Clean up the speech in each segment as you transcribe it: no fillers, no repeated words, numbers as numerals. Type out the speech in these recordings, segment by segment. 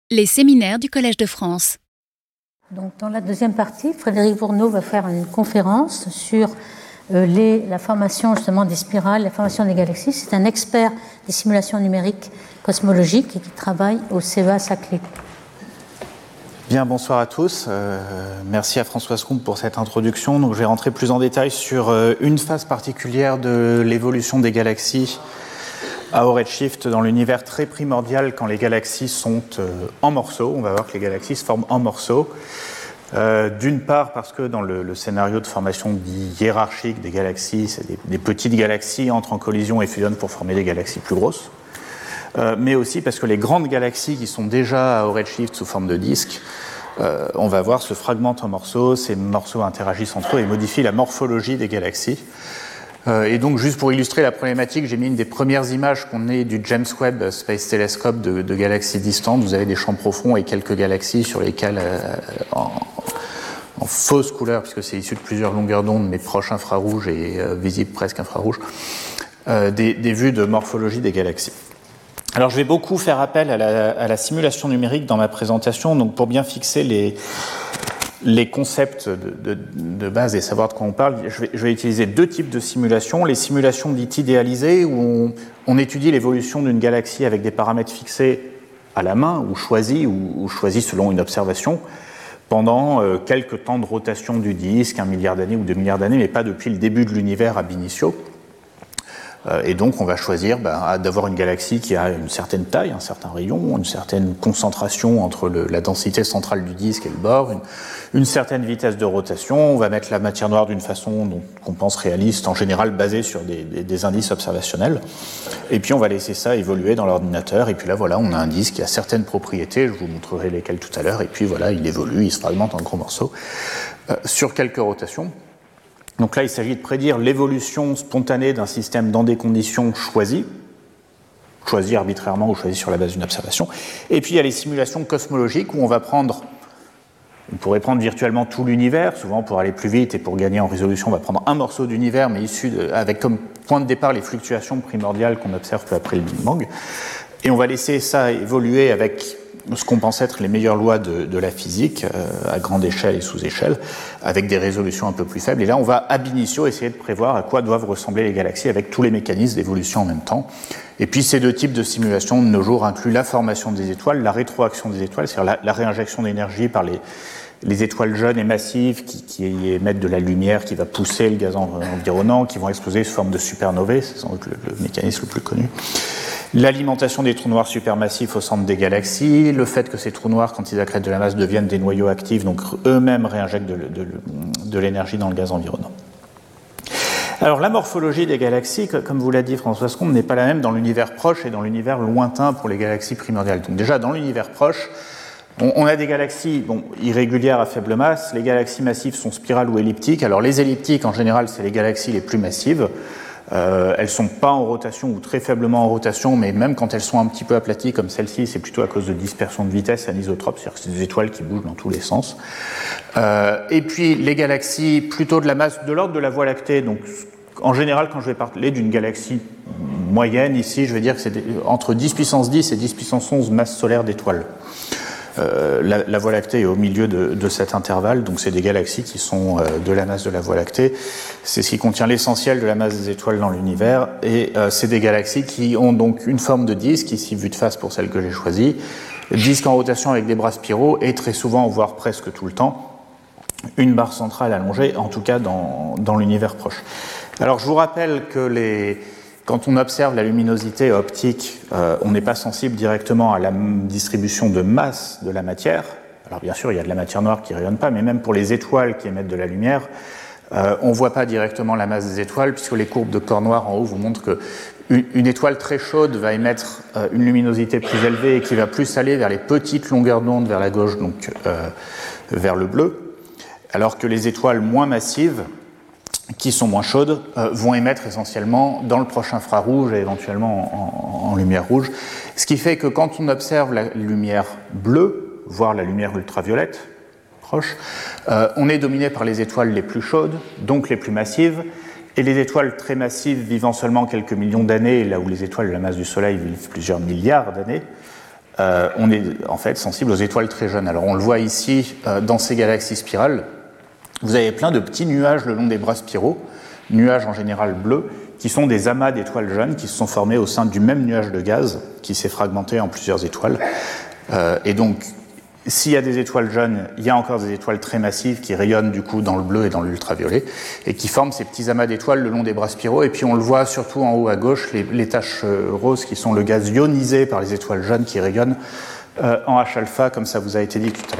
Les séminaires du Collège de France. Donc, dans la deuxième partie, Frédéric Vourneau va faire une conférence sur la formation justement des spirales, la formation des galaxies. C'est un expert des simulations numériques cosmologiques et qui travaille au CEA Saclay. Bien, bonsoir à tous. Merci à Françoise Combe pour cette introduction. Donc, je vais rentrer plus en détail sur une phase particulière de l'évolution des galaxies à haut redshift dans l'univers très primordial quand les galaxies sont en morceaux. On va voir que les galaxies se forment en morceaux. D'une part parce que dans le scénario de formation dit hiérarchique des galaxies, c'est des petites galaxies entrent en collision et fusionnent pour former des galaxies plus grosses. Mais aussi parce que les grandes galaxies qui sont déjà à haut redshift sous forme de disques, on va voir se fragmentent en morceaux, ces morceaux interagissent entre eux et modifient la morphologie des galaxies. Et donc, juste pour illustrer la problématique, j'ai mis une des premières images qu'on ait du James Webb Space Telescope de galaxies distantes. Vous avez des champs profonds et quelques galaxies sur lesquelles, en fausse couleur, puisque c'est issu de plusieurs longueurs d'onde, mais proches infrarouges et visibles presque infrarouges, des vues de morphologie des galaxies. Alors, je vais beaucoup faire appel à la simulation numérique dans ma présentation, donc pour bien fixer les concepts de base et savoir de quoi on parle, je vais utiliser deux types de simulations. Les simulations dites idéalisées, où on étudie l'évolution d'une galaxie avec des paramètres fixés à la main ou choisis selon une observation, pendant quelques temps de rotation du disque, 1 milliard d'années ou 2 milliards d'années, mais pas depuis le début de l'univers ab initio. Et donc, on va choisir d'avoir une galaxie qui a une certaine taille, un certain rayon, une certaine concentration entre la densité centrale du disque et le bord, une certaine vitesse de rotation. On va mettre la matière noire d'une façon qu'on pense réaliste, en général basée sur des indices observationnels. Et puis, on va laisser ça évoluer dans l'ordinateur. Et puis là, voilà, on a un disque qui a certaines propriétés. Je vous montrerai lesquelles tout à l'heure. Et puis voilà, il évolue, il se fragmente en gros morceaux sur quelques rotations. Donc là, il s'agit de prédire l'évolution spontanée d'un système dans des conditions choisies arbitrairement ou choisies sur la base d'une observation. Et puis il y a les simulations cosmologiques où on pourrait prendre virtuellement tout l'univers. Souvent, pour aller plus vite et pour gagner en résolution, on va prendre un morceau d'univers, mais avec comme point de départ les fluctuations primordiales qu'on observe peu après le Big Bang. Et on va laisser ça évoluer avec ce qu'on pense être les meilleures lois de la physique, à grande échelle et sous-échelle, avec des résolutions un peu plus faibles. Et là, on va ab initio essayer de prévoir à quoi doivent ressembler les galaxies avec tous les mécanismes d'évolution en même temps. Et puis, ces deux types de simulations de nos jours incluent la formation des étoiles, la rétroaction des étoiles, c'est-à-dire la réinjection d'énergie par les étoiles jeunes et massives qui émettent de la lumière, qui va pousser le gaz environnant, qui vont exploser sous forme de supernovae, c'est sans doute le mécanisme le plus connu. L'alimentation des trous noirs supermassifs au centre des galaxies, le fait que ces trous noirs, quand ils accrètent de la masse, deviennent des noyaux actifs, donc eux-mêmes réinjectent de l'énergie dans le gaz environnant. Alors la morphologie des galaxies, comme vous l'a dit Françoise Combe, n'est pas la même dans l'univers proche et dans l'univers lointain pour les galaxies primordiales. Donc déjà, dans l'univers proche, on a des galaxies irrégulières à faible masse. Les galaxies massives sont spirales ou elliptiques. Alors les elliptiques, en général, c'est les galaxies les plus massives. Elles ne sont pas en rotation ou très faiblement en rotation, mais même quand elles sont un petit peu aplaties comme celle-ci, c'est plutôt à cause de dispersion de vitesse anisotrope, c'est-à-dire que c'est des étoiles qui bougent dans tous les sens. Et puis les galaxies plutôt de la masse de l'ordre de la Voie lactée, donc en général quand je vais parler d'une galaxie moyenne, ici je vais dire que c'est entre 10 puissance 10 et 10 puissance 11 masses solaires d'étoiles. La Voie lactée est au milieu de cet intervalle, donc c'est des galaxies qui sont de la masse de la Voie lactée. C'est ce qui contient l'essentiel de la masse des étoiles dans l'univers, et c'est des galaxies qui ont donc une forme de disque, ici vue de face pour celle que j'ai choisie, disque en rotation avec des bras spiraux, et très souvent, voire presque tout le temps, une barre centrale allongée, en tout cas dans l'univers proche. Alors je vous rappelle que quand on observe la luminosité optique, on n'est pas sensible directement à la distribution de masse de la matière. Alors bien sûr, il y a de la matière noire qui ne rayonne pas, mais même pour les étoiles qui émettent de la lumière, on ne voit pas directement la masse des étoiles, puisque les courbes de corps noir en haut vous montrent qu'une étoile très chaude va émettre une luminosité plus élevée et qui va plus aller vers les petites longueurs d'onde vers la gauche, donc vers le bleu, alors que les étoiles moins massives, qui sont moins chaudes, vont émettre essentiellement dans le proche infrarouge et éventuellement en lumière rouge. Ce qui fait que quand on observe la lumière bleue, voire la lumière ultraviolette proche, on est dominé par les étoiles les plus chaudes, donc les plus massives, et les étoiles très massives vivant seulement quelques millions d'années, là où les étoiles de la masse du Soleil vivent plusieurs milliards d'années, on est en fait sensible aux étoiles très jeunes. Alors on le voit ici dans ces galaxies spirales. Vous avez plein de petits nuages le long des bras spiraux, nuages en général bleus, qui sont des amas d'étoiles jeunes qui se sont formés au sein du même nuage de gaz qui s'est fragmenté en plusieurs étoiles. Et donc, s'il y a des étoiles jeunes, il y a encore des étoiles très massives qui rayonnent du coup dans le bleu et dans l'ultraviolet et qui forment ces petits amas d'étoiles le long des bras spiraux. Et puis on le voit surtout en haut à gauche, les taches roses qui sont le gaz ionisé par les étoiles jeunes qui rayonnent en H-alpha, comme ça vous a été dit tout à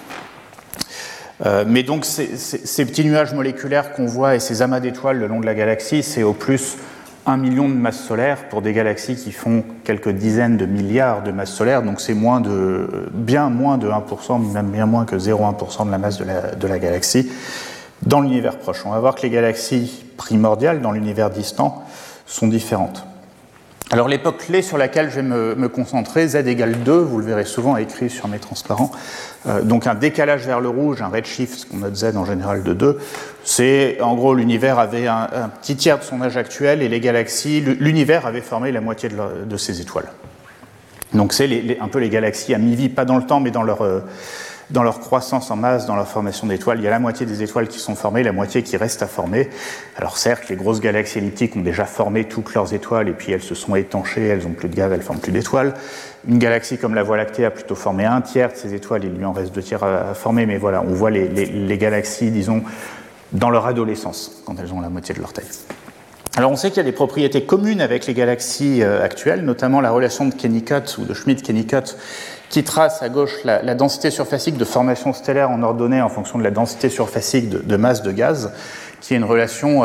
l'heure. Mais donc ces petits nuages moléculaires qu'on voit et ces amas d'étoiles le long de la galaxie, c'est au plus 1 million de masses solaires pour des galaxies qui font quelques dizaines de milliards de masses solaires, donc c'est bien moins de 1%, même bien moins que 0,1% de la masse de la galaxie dans l'univers proche. On va voir que les galaxies primordiales dans l'univers distant sont différentes. Alors l'époque clé sur laquelle je vais me concentrer, Z égale 2, vous le verrez souvent écrit sur mes transparents, donc un décalage vers le rouge, un redshift, on note Z en général de 2, c'est en gros l'univers avait un petit tiers de son âge actuel et les galaxies, l'univers avait formé la moitié de ses étoiles. Donc c'est un peu les galaxies à mi-vie, pas dans le temps mais dans leur croissance en masse, dans leur formation d'étoiles. Il y a la moitié des étoiles qui sont formées, la moitié qui reste à former. Alors certes, les grosses galaxies elliptiques ont déjà formé toutes leurs étoiles et puis elles se sont étanchées, elles n'ont plus de gaz, elles ne forment plus d'étoiles. Une galaxie comme la Voie lactée a plutôt formé un tiers de ses étoiles, il lui en reste 2 tiers à former, mais voilà, on voit les galaxies, disons, dans leur adolescence, quand elles ont la moitié de leur taille. Alors on sait qu'il y a des propriétés communes avec les galaxies actuelles, notamment la relation de Kennicott ou de Schmidt-Kennicott, qui trace à gauche la densité surfacique de formation stellaire en ordonnée en fonction de la densité surfacique de masse de gaz, qui est une relation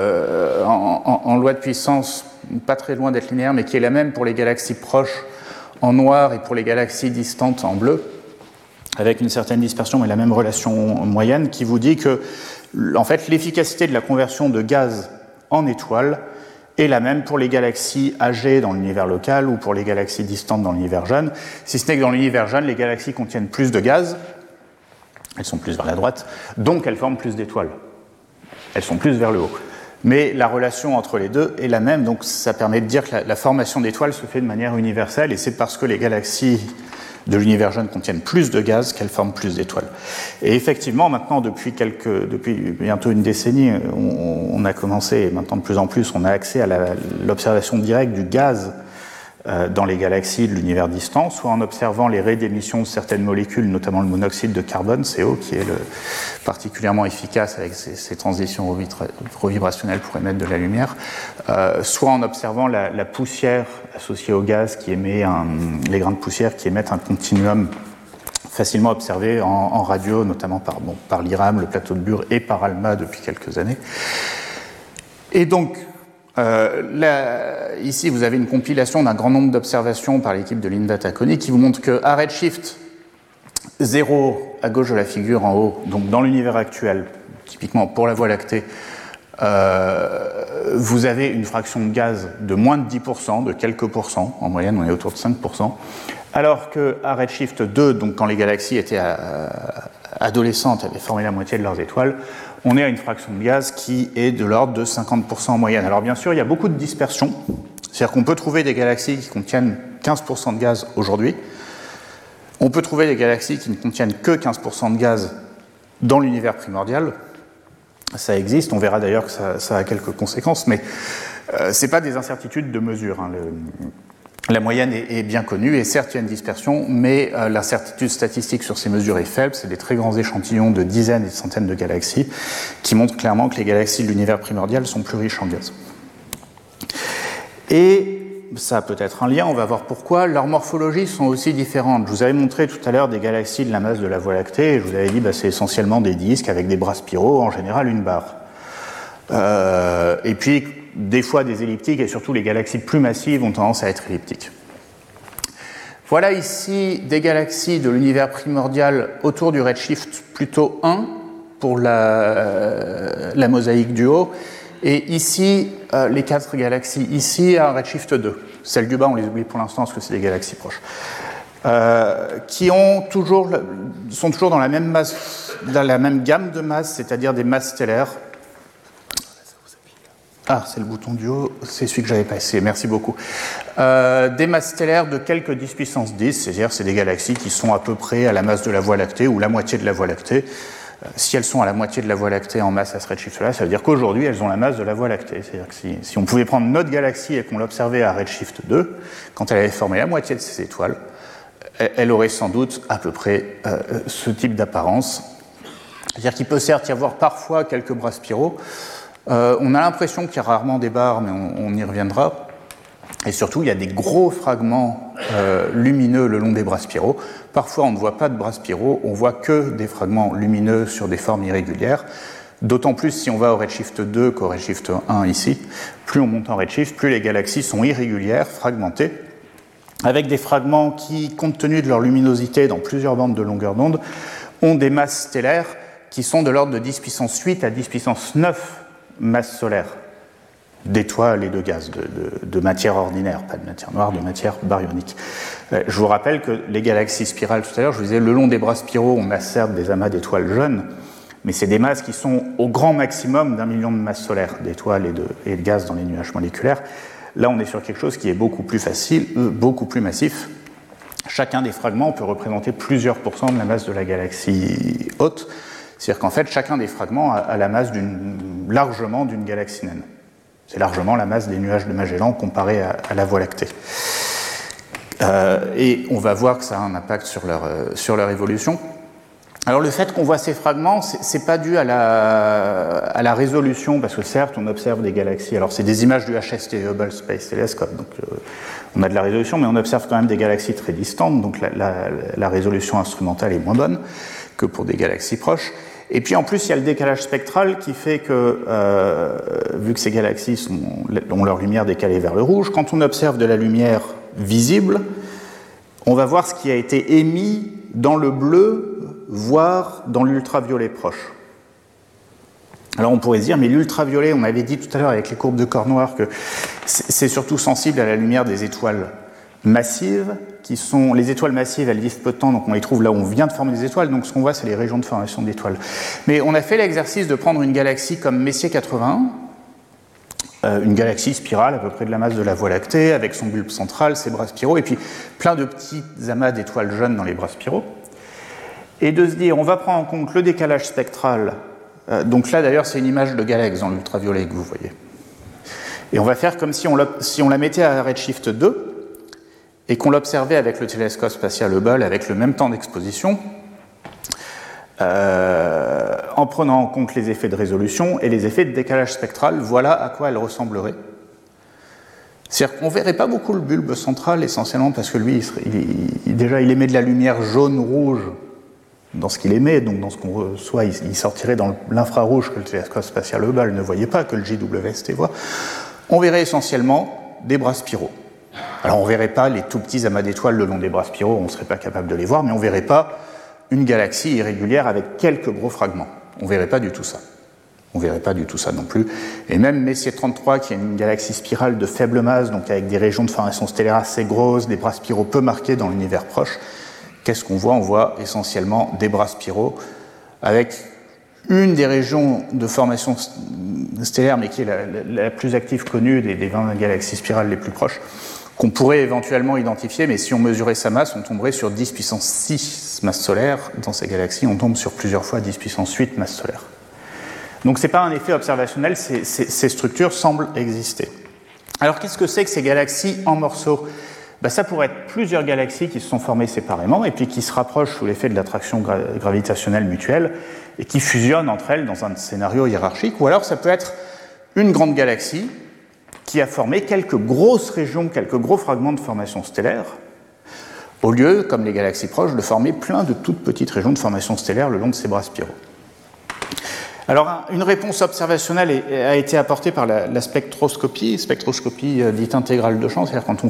en loi de puissance pas très loin d'être linéaire, mais qui est la même pour les galaxies proches en noir et pour les galaxies distantes en bleu, avec une certaine dispersion, mais la même relation moyenne, qui vous dit que en fait, l'efficacité de la conversion de gaz en étoile est la même pour les galaxies âgées dans l'univers local ou pour les galaxies distantes dans l'univers jeune, si ce n'est que dans l'univers jeune, les galaxies contiennent plus de gaz, elles sont plus vers la droite, donc elles forment plus d'étoiles. Elles sont plus vers le haut. Mais la relation entre les deux est la même, donc ça permet de dire que la formation d'étoiles se fait de manière universelle, et c'est parce que les galaxies de l'univers jeune contiennent plus de gaz qu'elles forment plus d'étoiles. Et effectivement, maintenant, depuis bientôt une décennie, on a commencé, et maintenant de plus en plus, on a accès à l'observation directe du gaz dans les galaxies de l'univers distant, soit en observant les raies d'émission de certaines molécules, notamment le monoxyde de carbone, CO, qui est particulièrement efficace avec ses transitions revibrationnelles pour émettre de la lumière, soit en observant la poussière associée au gaz qui émet les grains de poussière qui émettent un continuum facilement observé en radio, notamment par l'IRAM, le plateau de Bure et par ALMA depuis quelques années. Et donc, ici, vous avez une compilation d'un grand nombre d'observations par l'équipe de Linda Tacconi qui vous montre qu'à redshift 0 à gauche de la figure en haut, donc dans l'univers actuel, typiquement pour la Voie lactée, vous avez une fraction de gaz de moins de 10%, de quelques pourcents, en moyenne on est autour de 5%, alors qu'à redshift 2, donc quand les galaxies étaient adolescentes, avaient formé la moitié de leurs étoiles, on est à une fraction de gaz qui est de l'ordre de 50% en moyenne. Alors bien sûr, il y a beaucoup de dispersion, c'est-à-dire qu'on peut trouver des galaxies qui contiennent 15% de gaz aujourd'hui, on peut trouver des galaxies qui ne contiennent que 15% de gaz dans l'univers primordial, ça existe, on verra d'ailleurs que ça a quelques conséquences, mais ce n'est pas des incertitudes de mesure. Hein. La moyenne est bien connue, et certes il y a une dispersion, mais l'incertitude statistique sur ces mesures est faible, c'est des très grands échantillons de dizaines et de centaines de galaxies, qui montrent clairement que les galaxies de l'univers primordial sont plus riches en gaz. Et ça a peut-être un lien, on va voir pourquoi, leurs morphologies sont aussi différentes. Je vous avais montré tout à l'heure des galaxies de la masse de la Voie lactée, et je vous avais dit c'est essentiellement des disques avec des bras spiraux, en général une barre. Et puis des fois des elliptiques, et surtout les galaxies plus massives ont tendance à être elliptiques. Voilà ici des galaxies de l'univers primordial autour du redshift plutôt 1 pour la mosaïque du haut, et ici les 4 galaxies ici à redshift 2. Celles du bas on les oublie pour l'instant parce que c'est des galaxies proches. Qui sont toujours dans la même masse, dans la même gamme de masse, c'est-à-dire des masses stellaires. Ah, c'est le bouton du haut, c'est celui que j'avais pas essayé, merci beaucoup. Des masses stellaires de quelques 10 puissance 10, c'est-à-dire c'est des galaxies qui sont à peu près à la masse de la Voie lactée ou la moitié de la Voie lactée. Si elles sont à la moitié de la Voie lactée en masse à ce redshift-là, ça veut dire qu'aujourd'hui, elles ont la masse de la Voie lactée. C'est-à-dire que si on pouvait prendre notre galaxie et qu'on l'observait à redshift 2, quand elle avait formé la moitié de ses étoiles, elle aurait sans doute à peu près ce type d'apparence. C'est-à-dire qu'il peut certes y avoir parfois quelques bras spiraux. On a l'impression qu'il y a rarement des barres, mais on y reviendra. Et surtout, il y a des gros fragments lumineux le long des bras spiraux. Parfois, on ne voit pas de bras spiraux, on voit que des fragments lumineux sur des formes irrégulières. D'autant plus si on va au redshift 2 qu'au redshift 1 ici. Plus on monte en redshift, plus les galaxies sont irrégulières, fragmentées, avec des fragments qui, compte tenu de leur luminosité dans plusieurs bandes de longueur d'onde, ont des masses stellaires qui sont de l'ordre de 10 puissance 8 à 10 puissance 9 masses solaires d'étoiles et de gaz, de matière ordinaire, pas de matière noire, de matière baryonique. Je vous rappelle que les galaxies spirales, tout à l'heure, je vous disais, le long des bras spiraux, on a certes des amas d'étoiles jeunes, mais c'est des masses qui sont au grand maximum d'1 million de masses solaires d'étoiles et de gaz dans les nuages moléculaires. Là, on est sur quelque chose qui est beaucoup plus facile, beaucoup plus massif. Chacun des fragments peut représenter plusieurs pourcents de la masse de la galaxie haute. C'est-à-dire qu'en fait, chacun des fragments a la masse largement d'une galaxie naine. C'est largement la masse des nuages de Magellan comparée à la Voie lactée. Et on va voir que ça a un impact sur leur évolution. Alors le fait qu'on voit ces fragments, c'est pas dû à la résolution, parce que certes, on observe des galaxies. Alors c'est des images du HST, Hubble Space Telescope, donc on a de la résolution, mais on observe quand même des galaxies très distantes, donc la résolution instrumentale est moins bonne que pour des galaxies proches. Et puis en plus, il y a le décalage spectral qui fait que, vu que ces galaxies ont leur lumière décalée vers le rouge, quand on observe de la lumière visible, on va voir ce qui a été émis dans le bleu, voire dans l'ultraviolet proche. Alors on pourrait se dire, mais l'ultraviolet, on avait dit tout à l'heure avec les courbes de corps noir que c'est surtout sensible à la lumière des étoiles massives, les étoiles massives, elles vivent peu de temps, donc on les trouve là où on vient de former des étoiles, donc ce qu'on voit, c'est les régions de formation d'étoiles. Mais on a fait l'exercice de prendre une galaxie comme Messier 81, une galaxie spirale à peu près de la masse de la Voie lactée, avec son bulbe central, ses bras spiraux, et puis plein de petits amas d'étoiles jeunes dans les bras spiraux, et de se dire, on va prendre en compte le décalage spectral, donc là d'ailleurs c'est une image de galaxie dans l'ultraviolet que vous voyez, et on va faire comme si on la mettait à redshift 2, et qu'on l'observait avec le télescope spatial Hubble avec le même temps d'exposition, en prenant en compte les effets de résolution et les effets de décalage spectral, voilà à quoi elle ressemblerait. C'est-à-dire qu'on ne verrait pas beaucoup le bulbe central, essentiellement parce que lui, déjà, il émet de la lumière jaune-rouge dans ce qu'il émet, donc dans ce qu'on reçoit, il sortirait dans l'infrarouge que le télescope spatial Hubble ne voyait pas, que le JWST voit. On verrait essentiellement des bras spiraux. Alors on ne verrait pas les tout petits amas d'étoiles le long des bras spiraux, on ne serait pas capable de les voir, mais on ne verrait pas une galaxie irrégulière avec quelques gros fragments. On ne verrait pas du tout ça. On ne verrait pas du tout ça non plus. Et même Messier 33, qui est une galaxie spirale de faible masse, donc avec des régions de formation stellaire assez grosses, des bras spiraux peu marqués dans l'univers proche, qu'est-ce qu'on voit ? On voit essentiellement des bras spiraux avec une des régions de formation stellaire, mais qui est la plus active connue des 20 galaxies spirales les plus proches, qu'on pourrait éventuellement identifier, mais si on mesurait sa masse, on tomberait sur 10 puissance 6 masses solaires. Dans ces galaxies, on tombe sur plusieurs fois 10 puissance 8 masses solaires. Donc ce n'est pas un effet observationnel, ces structures semblent exister. Alors qu'est-ce que c'est que ces galaxies en morceaux ? Ça pourrait être plusieurs galaxies qui se sont formées séparément et puis qui se rapprochent sous l'effet de l'attraction gravitationnelle mutuelle et qui fusionnent entre elles dans un scénario hiérarchique, ou alors ça peut être une grande galaxie qui a formé quelques grosses régions, quelques gros fragments de formation stellaire, au lieu, comme les galaxies proches, de former plein de toutes petites régions de formation stellaire le long de ces bras spiraux. Alors, une réponse observationnelle a été apportée par la spectroscopie dite intégrale de champ, c'est-à-dire quand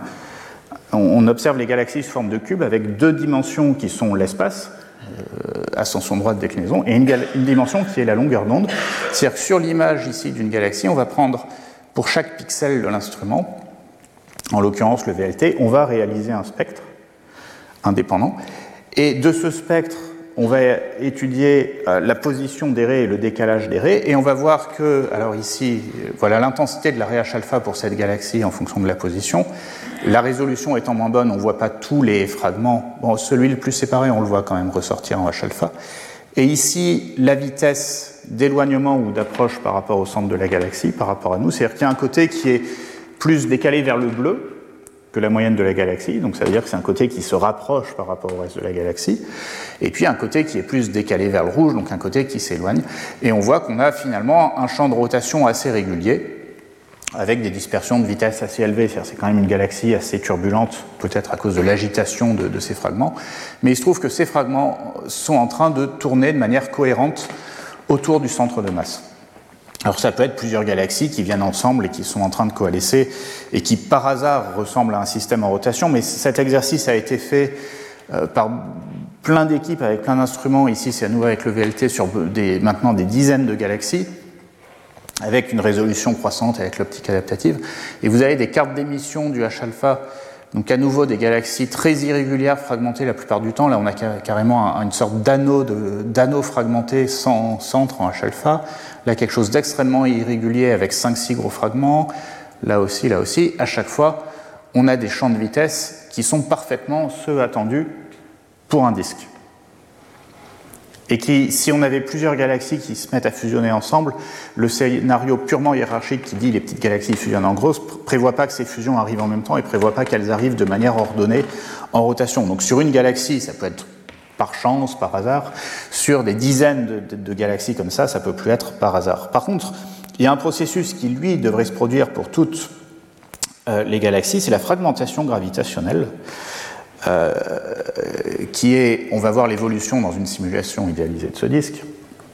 on observe les galaxies sous forme de cubes avec deux dimensions qui sont l'espace, ascension droite, déclinaison, et une dimension qui est la longueur d'onde. C'est-à-dire que sur l'image ici d'une galaxie, on va prendre pour chaque pixel de l'instrument, en l'occurrence le VLT, on va réaliser un spectre indépendant. Et de ce spectre, on va étudier la position des raies et le décalage des raies, et on va voir que, alors ici, voilà l'intensité de la raie H-alpha pour cette galaxie en fonction de la position. La résolution étant moins bonne, on ne voit pas tous les fragments. Bon, celui le plus séparé, on le voit quand même ressortir en H-alpha. Et ici, la vitesse d'éloignement ou d'approche par rapport au centre de la galaxie, par rapport à nous, c'est-à-dire qu'il y a un côté qui est plus décalé vers le bleu que la moyenne de la galaxie, donc ça veut dire que c'est un côté qui se rapproche par rapport au reste de la galaxie, et puis un côté qui est plus décalé vers le rouge, donc un côté qui s'éloigne, et on voit qu'on a finalement un champ de rotation assez régulier, avec des dispersions de vitesse assez élevées, c'est-à-dire c'est quand même une galaxie assez turbulente, peut-être à cause de l'agitation de ces fragments, mais il se trouve que ces fragments sont en train de tourner de manière cohérente autour du centre de masse. Alors ça peut être plusieurs galaxies qui viennent ensemble et qui sont en train de coalescer et qui par hasard ressemblent à un système en rotation, mais cet exercice a été fait par plein d'équipes avec plein d'instruments. Ici c'est à nouveau avec le VLT sur maintenant des dizaines de galaxies avec une résolution croissante avec l'optique adaptative. Et vous avez des cartes d'émission du H-alpha, donc à nouveau des galaxies très irrégulières, fragmentées la plupart du temps. Là on a carrément une sorte d'anneau fragmenté sans centre en H-alpha. Là, quelque chose d'extrêmement irrégulier avec 5-6 gros fragments. Là aussi. À chaque fois, on a des champs de vitesse qui sont parfaitement ceux attendus pour un disque. Et qui, si on avait plusieurs galaxies qui se mettent à fusionner ensemble, le scénario purement hiérarchique qui dit les petites galaxies fusionnent en gros ne prévoit pas que ces fusions arrivent en même temps et ne prévoit pas qu'elles arrivent de manière ordonnée en rotation. Donc sur une galaxie, ça peut être par chance, par hasard. Sur des dizaines de galaxies comme ça peut plus être par hasard. Par contre, il y a un processus qui, lui, devrait se produire pour toutes les galaxies, c'est la fragmentation gravitationnelle, qui est, on va voir l'évolution dans une simulation idéalisée de ce disque,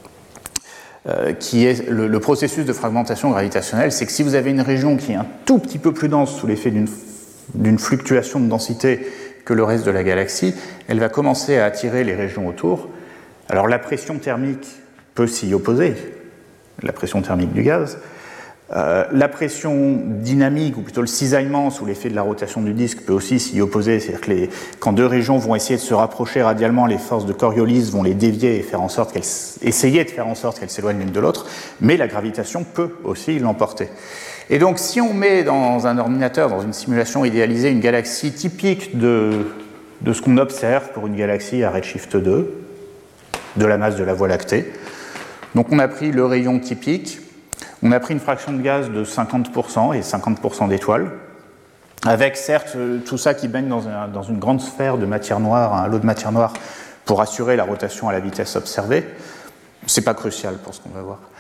qui est le processus de fragmentation gravitationnelle, c'est que si vous avez une région qui est un tout petit peu plus dense sous l'effet d'une fluctuation de densité que le reste de la galaxie, elle va commencer à attirer les régions autour. Alors la pression thermique peut s'y opposer, la pression thermique du gaz. La pression dynamique, ou plutôt le cisaillement sous l'effet de la rotation du disque, peut aussi s'y opposer. C'est-à-dire que quand deux régions vont essayer de se rapprocher radialement, les forces de Coriolis vont les dévier et essayer de faire en sorte qu'elles s'éloignent l'une de l'autre, mais la gravitation peut aussi l'emporter. Et donc, si on met dans un ordinateur, dans une simulation idéalisée, une galaxie typique de ce qu'on observe pour une galaxie à redshift 2, de la masse de la Voie lactée, donc on a pris le rayon typique, on a pris une fraction de gaz de 50% et 50% d'étoiles, avec certes tout ça qui baigne dans une grande sphère de matière noire, un lot de matière noire, pour assurer la rotation à la vitesse observée. C'est pas crucial pour ce qu'on va voir.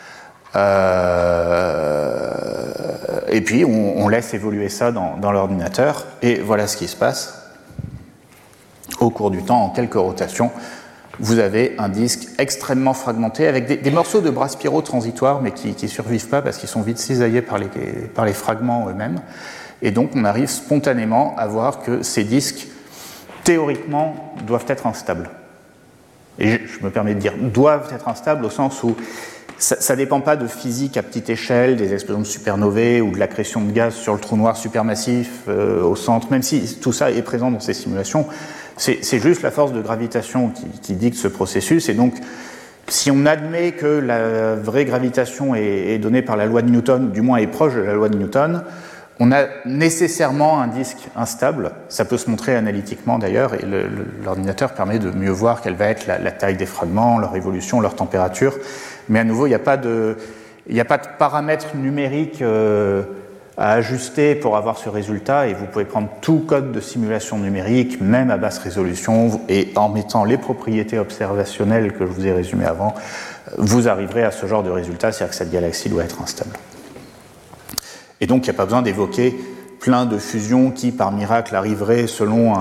Et puis on laisse évoluer ça dans l'ordinateur et voilà ce qui se passe. Au cours du temps, en quelques rotations, vous avez un disque extrêmement fragmenté avec des morceaux de bras spiraux transitoires mais qui ne survivent pas parce qu'ils sont vite cisaillés par les fragments eux-mêmes. Et donc on arrive spontanément à voir que ces disques, théoriquement, doivent être instables. Et je me permets de dire doivent être instables au sens où ça ne dépend pas de physique à petite échelle, des explosions de supernovae ou de l'accrétion de gaz sur le trou noir supermassif au centre, même si tout ça est présent dans ces simulations. C'est juste la force de gravitation qui dicte ce processus. Et donc, si on admet que la vraie gravitation est donnée par la loi de Newton, ou du moins est proche de la loi de Newton, on a nécessairement un disque instable. Ça peut se montrer analytiquement d'ailleurs, et l'ordinateur permet de mieux voir quelle va être la taille des fragments, leur évolution, leur température. Mais à nouveau, il n'y a pas de paramètres numériques à ajuster pour avoir ce résultat, et vous pouvez prendre tout code de simulation numérique, même à basse résolution, et en mettant les propriétés observationnelles que je vous ai résumées avant, vous arriverez à ce genre de résultat, c'est-à-dire que cette galaxie doit être instable. Et donc, il n'y a pas besoin d'évoquer plein de fusions qui, par miracle, arriveraient selon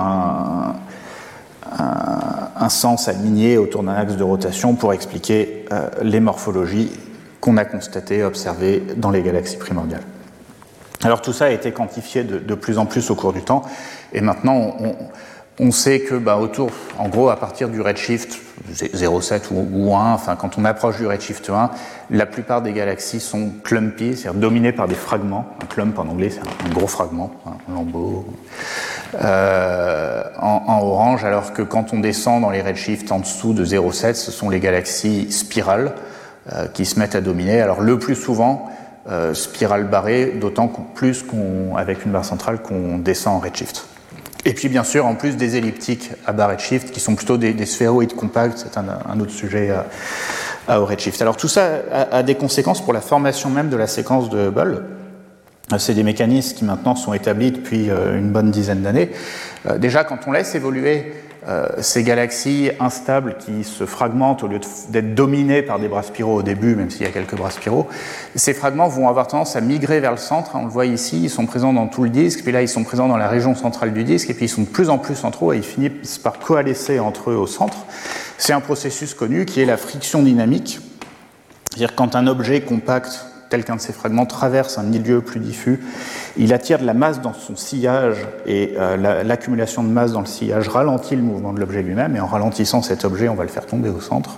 un sens aligné autour d'un axe de rotation pour expliquer les morphologies qu'on a constatées, observées dans les galaxies primordiales. Alors tout ça a été quantifié de plus en plus au cours du temps, et maintenant on sait que autour, en gros, à partir du redshift 0,7 ou 1, enfin quand on approche du redshift 1, la plupart des galaxies sont clumpy, c'est-à-dire dominées par des fragments. Un clump en anglais, c'est un gros fragment, un lambeau. en orange, alors que quand on descend dans les redshifts en dessous de 0,7, ce sont les galaxies spirales qui se mettent à dominer. Alors le plus souvent, spirale barrée, d'autant plus avec une barre centrale qu'on descend en redshift. Et puis bien sûr, en plus des elliptiques à bas redshift, qui sont plutôt des sphéroïdes compacts, c'est un autre sujet à haut redshift. Alors tout ça a des conséquences pour la formation même de la séquence de Hubble. C'est des mécanismes qui maintenant sont établis depuis une bonne dizaine d'années. Déjà, quand on laisse évoluer ces galaxies instables qui se fragmentent au lieu d'être dominées par des bras spiraux au début, même s'il y a quelques bras spiraux, ces fragments vont avoir tendance à migrer vers le centre. On le voit ici, ils sont présents dans tout le disque, puis là ils sont présents dans la région centrale du disque, et puis ils sont de plus en plus centraux et ils finissent par coalescer entre eux au centre. C'est un processus connu qui est la friction dynamique. C'est-à-dire quand un objet compact tel qu'un de ces fragments traverse un milieu plus diffus, il attire de la masse dans son sillage et l'accumulation de masse dans le sillage ralentit le mouvement de l'objet lui-même, et en ralentissant cet objet, on va le faire tomber au centre.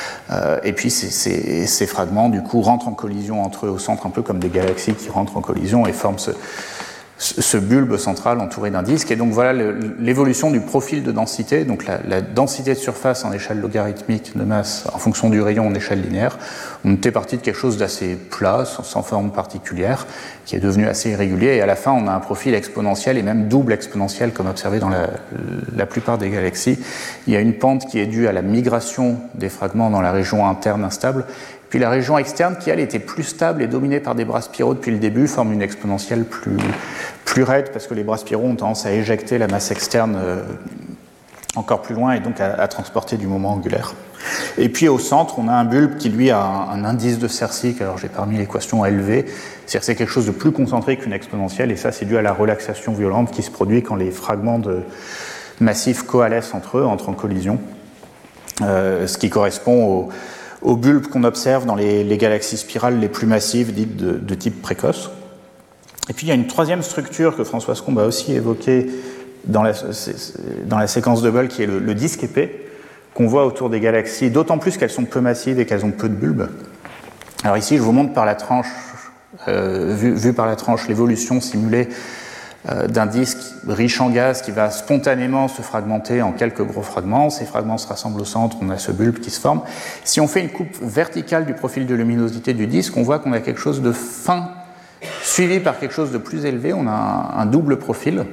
Et puis ces fragments, du coup, rentrent en collision entre eux au centre, un peu comme des galaxies qui rentrent en collision et forment ce bulbe central entouré d'un disque. Et donc voilà l'évolution du profil de densité, donc la densité de surface en échelle logarithmique de masse en fonction du rayon en échelle linéaire. On était parti de quelque chose d'assez plat, sans forme particulière, qui est devenu assez irrégulier, et à la fin on a un profil exponentiel et même double exponentiel comme observé dans la plupart des galaxies. Il y a une pente qui est due à la migration des fragments dans la région interne instable, puis la région externe qui elle était plus stable et dominée par des bras spiraux depuis le début forme une exponentielle plus raide, parce que les bras spiraux ont tendance à éjecter la masse externe encore plus loin et donc à transporter du moment angulaire. Et puis au centre, on a un bulbe qui lui a un indice de Cersik, alors j'ai parmi l'équation élevé, c'est-à-dire que c'est quelque chose de plus concentré qu'une exponentielle, et ça c'est dû à la relaxation violente qui se produit quand les fragments de massifs coalescent entre eux, entrent en collision, ce qui correspond aux bulbes qu'on observe dans les galaxies spirales les plus massives, dites de type précoce. Et puis il y a une troisième structure que Françoise Combe a aussi évoquée dans la séquence de Hubble, qui est le disque épais, qu'on voit autour des galaxies, d'autant plus qu'elles sont peu massives et qu'elles ont peu de bulbes. Alors ici, je vous montre par la tranche, vu par la tranche, l'évolution simulée d'un disque riche en gaz qui va spontanément se fragmenter en quelques gros fragments. Ces fragments se rassemblent au centre, on a ce bulbe qui se forme. Si on fait une coupe verticale du profil de luminosité du disque, on voit qu'on a quelque chose de fin suivi par quelque chose de plus élevé. On a un double profil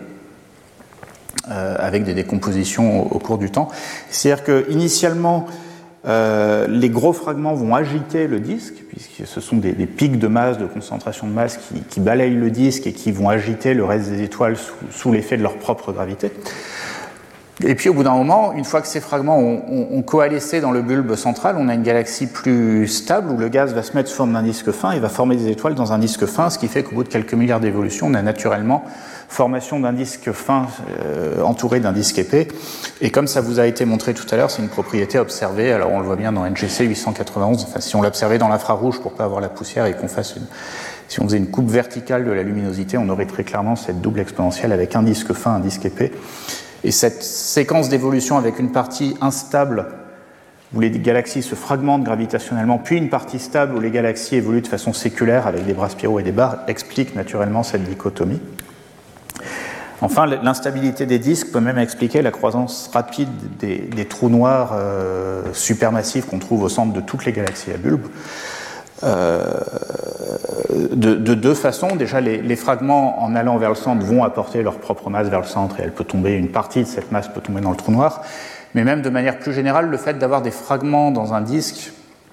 avec des décompositions au cours du temps. C'est-à-dire qu'initialement, les gros fragments vont agiter le disque, puisque ce sont des pics de masse, de concentration de masse qui balayent le disque et qui vont agiter le reste des étoiles sous l'effet de leur propre gravité. Et puis au bout d'un moment, une fois que ces fragments ont coalescé dans le bulbe central, on a une galaxie plus stable où le gaz va se mettre sous forme d'un disque fin et va former des étoiles dans un disque fin, ce qui fait qu'au bout de quelques milliards d'évolutions, on a naturellement formation d'un disque fin entouré d'un disque épais. Et comme ça vous a été montré tout à l'heure, c'est une propriété observée, alors on le voit bien dans NGC 891, enfin si on l'observait dans l'infrarouge pour pas avoir la poussière et qu'on fasse si on faisait une coupe verticale de la luminosité, on aurait très clairement cette double exponentielle avec un disque fin, un disque épais. Et cette séquence d'évolution avec une partie instable où les galaxies se fragmentent gravitationnellement, puis une partie stable où les galaxies évoluent de façon séculaire avec des bras spiraux et des barres, explique naturellement cette dichotomie. Enfin, l'instabilité des disques peut même expliquer la croissance rapide des trous noirs supermassifs qu'on trouve au centre de toutes les galaxies à bulbes. De deux façons. Déjà, les fragments, en allant vers le centre, vont apporter leur propre masse vers le centre et elle peut tomber, une partie de cette masse peut tomber dans le trou noir. Mais même de manière plus générale, le fait d'avoir des fragments dans un disque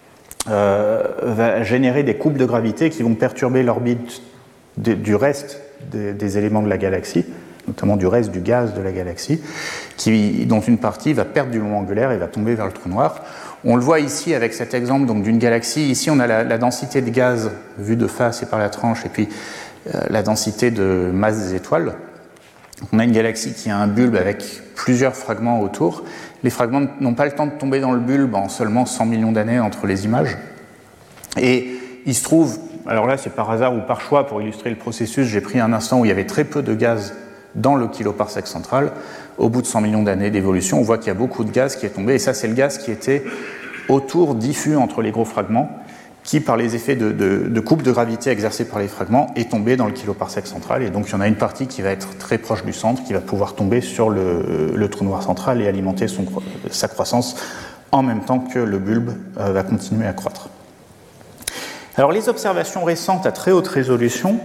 va générer des coupes de gravité qui vont perturber l'orbite du reste des éléments de la galaxie, notamment du reste du gaz de la galaxie, dont une partie va perdre du moment angulaire et va tomber vers le trou noir. On le voit ici avec cet exemple donc, d'une galaxie. Ici, on a la densité de gaz vue de face et par la tranche, et puis la densité de masse des étoiles. On a une galaxie qui a un bulbe avec plusieurs fragments autour. Les fragments n'ont pas le temps de tomber dans le bulbe en seulement 100 millions d'années entre les images. Et il se trouve, alors là c'est par hasard ou par choix pour illustrer le processus, j'ai pris un instant où il y avait très peu de gaz dans le kiloparsec central. Au bout de 100 millions d'années d'évolution, on voit qu'il y a beaucoup de gaz qui est tombé, et ça c'est le gaz qui était autour, diffus entre les gros fragments. qui, par les effets de coupe de gravité exercés par les fragments, est tombée dans le kiloparsec central. Et donc, il y en a une partie qui va être très proche du centre, qui va pouvoir tomber sur le trou noir central et alimenter sa croissance en même temps que le bulbe va continuer à croître. Alors, les observations récentes à très haute résolution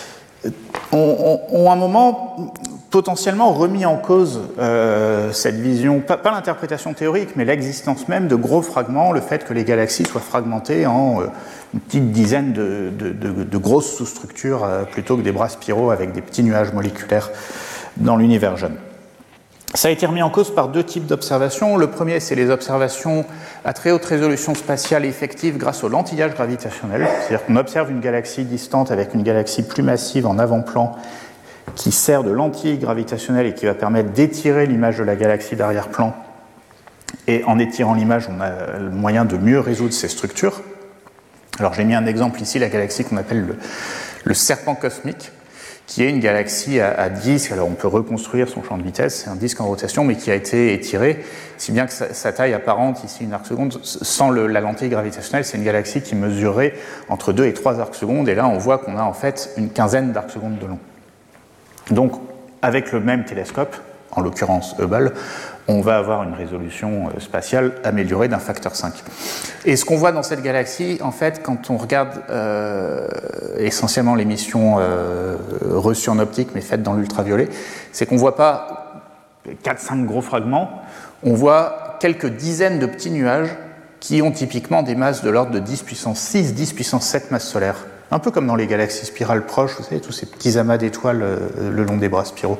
ont un moment potentiellement remis en cause cette vision, pas l'interprétation théorique, mais l'existence même de gros fragments, le fait que les galaxies soient fragmentées en une petite dizaine de grosses sous-structures plutôt que des bras spiraux avec des petits nuages moléculaires dans l'univers jeune. Ça a été remis en cause par deux types d'observations. Le premier, c'est les observations à très haute résolution spatiale effective grâce au lentillage gravitationnel. C'est-à-dire qu'on observe une galaxie distante avec une galaxie plus massive en avant-plan qui sert de lentille gravitationnelle et qui va permettre d'étirer l'image de la galaxie d'arrière-plan. Et en étirant l'image, on a le moyen de mieux résoudre ces structures. Alors j'ai mis un exemple ici, la galaxie qu'on appelle le serpent cosmique, qui est une galaxie à disque. Alors on peut reconstruire son champ de vitesse, c'est un disque en rotation, mais qui a été étiré, si bien que sa taille apparente, ici une arc-seconde, sans la lentille gravitationnelle, c'est une galaxie qui mesurait entre 2 et 3 arcs-secondes, et là on voit qu'on a en fait une quinzaine d'arcs-secondes de long. Donc, avec le même télescope, en l'occurrence Hubble, on va avoir une résolution spatiale améliorée d'un facteur 5. Et ce qu'on voit dans cette galaxie, en fait, quand on regarde essentiellement l'émission reçue en optique, mais faite dans l'ultraviolet, c'est qu'on ne voit pas 4-5 gros fragments, on voit quelques dizaines de petits nuages qui ont typiquement des masses de l'ordre de 10 puissance 6, 10 puissance 7 masses solaires. Un peu comme dans les galaxies spirales proches, vous savez, tous ces petits amas d'étoiles le long des bras spiraux.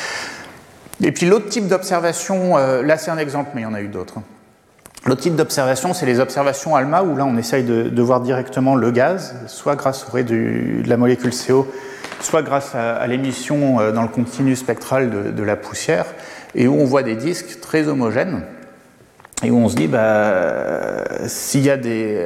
Et puis l'autre type d'observation, là c'est un exemple, mais il y en a eu d'autres. L'autre type d'observation, c'est les observations ALMA, où là on essaye de voir directement le gaz, soit grâce au ray de la molécule CO, soit grâce à l'émission dans le continu spectral de la poussière, et où on voit des disques très homogènes, et où on se dit, s'il y a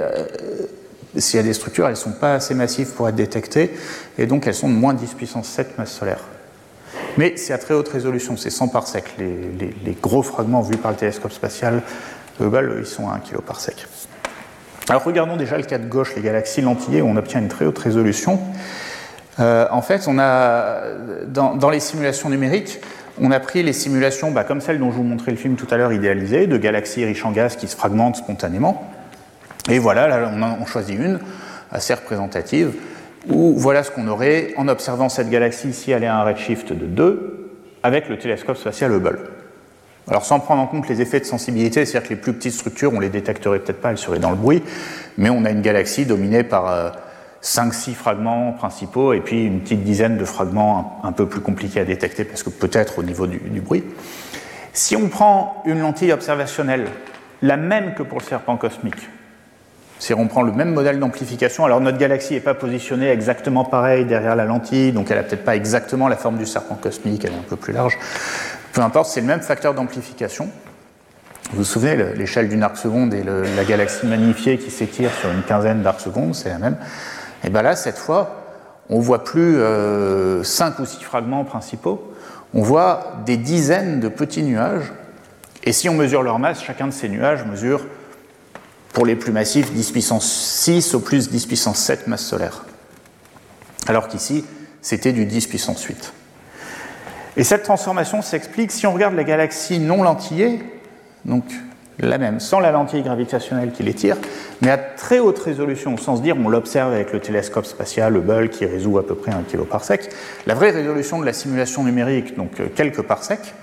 des structures, elles ne sont pas assez massives pour être détectées, et donc elles sont de moins 10 puissance 7 masse solaire. Mais c'est à très haute résolution, c'est 100 parsec. Les gros fragments vus par le télescope spatial Hubble, ils sont à 1 kiloparsec. Alors regardons déjà le cas de gauche, les galaxies lentillées, où on obtient une très haute résolution. En fait, on a, dans les simulations numériques, on a pris les simulations comme celles dont je vous montrais le film tout à l'heure idéalisées, de galaxies riches en gaz qui se fragmentent spontanément. Et voilà, là on choisit une assez représentative, où voilà ce qu'on aurait en observant cette galaxie ici, elle est à un redshift de 2, avec le télescope spatial Hubble. Alors sans prendre en compte les effets de sensibilité, c'est-à-dire que les plus petites structures, on ne les détecterait peut-être pas, elles seraient dans le bruit, mais on a une galaxie dominée par 5-6 fragments principaux, et puis une petite dizaine de fragments un peu plus compliqués à détecter, parce que peut-être au niveau du bruit. Si on prend une lentille observationnelle, la même que pour le serpent cosmique, c'est on prend le même modèle d'amplification. Alors notre galaxie n'est pas positionnée exactement pareil derrière la lentille, donc elle n'a peut-être pas exactement la forme du serpent cosmique, elle est un peu plus large. Peu importe, c'est le même facteur d'amplification. Vous vous souvenez, l'échelle d'une arc-seconde et la galaxie magnifiée qui s'étire sur une quinzaine d'arcs-secondes, c'est la même. Et bien là, cette fois, on ne voit plus 5 ou 6 fragments principaux, on voit des dizaines de petits nuages, et si on mesure leur masse, chacun de ces nuages mesure, pour les plus massifs, 10 puissance 6 au plus 10 puissance 7 masse solaire. Alors qu'ici, c'était du 10 puissance 8. Et cette transformation s'explique si on regarde les galaxies non lentillées, donc la même, sans la lentille gravitationnelle qui les tire, mais à très haute résolution, au sens dire, on l'observe avec le télescope spatial Hubble qui résout à peu près 1 kiloparsec. La vraie résolution de la simulation numérique, donc quelques parsecs,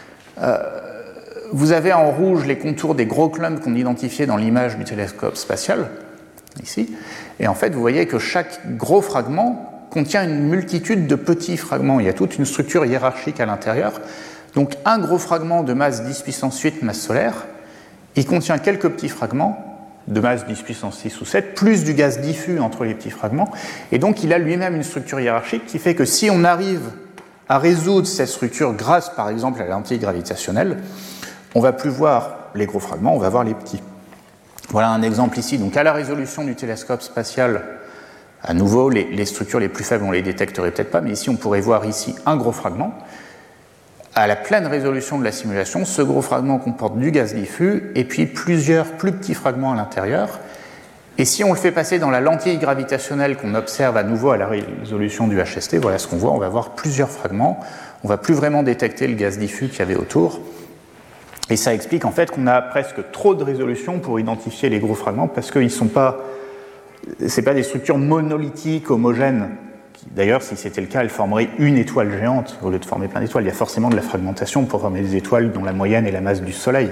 vous avez en rouge les contours des gros clumps qu'on identifiait dans l'image du télescope spatial, ici, et en fait vous voyez que chaque gros fragment contient une multitude de petits fragments, il y a toute une structure hiérarchique à l'intérieur, donc un gros fragment de masse 10 puissance 8 masse solaire, il contient quelques petits fragments de masse 10 puissance 6 ou 7, plus du gaz diffus entre les petits fragments, et donc il a lui-même une structure hiérarchique qui fait que si on arrive à résoudre cette structure grâce par exemple à la lentille gravitationnelle, on ne va plus voir les gros fragments, on va voir les petits. Voilà un exemple ici. Donc à la résolution du télescope spatial, à nouveau, les structures les plus faibles, on ne les détecterait peut-être pas, mais ici on pourrait voir ici un gros fragment. À la pleine résolution de la simulation, ce gros fragment comporte du gaz diffus et puis plusieurs plus petits fragments à l'intérieur. Et si on le fait passer dans la lentille gravitationnelle qu'on observe à nouveau à la résolution du HST, voilà ce qu'on voit, on va voir plusieurs fragments, on ne va plus vraiment détecter le gaz diffus qu'il y avait autour, et ça explique en fait qu'on a presque trop de résolution pour identifier les gros fragments, parce que ce n'est pas des structures monolithiques, homogènes. D'ailleurs, si c'était le cas, elles formeraient une étoile géante au lieu de former plein d'étoiles. Il y a forcément de la fragmentation pour former des étoiles dont la moyenne est la masse du Soleil.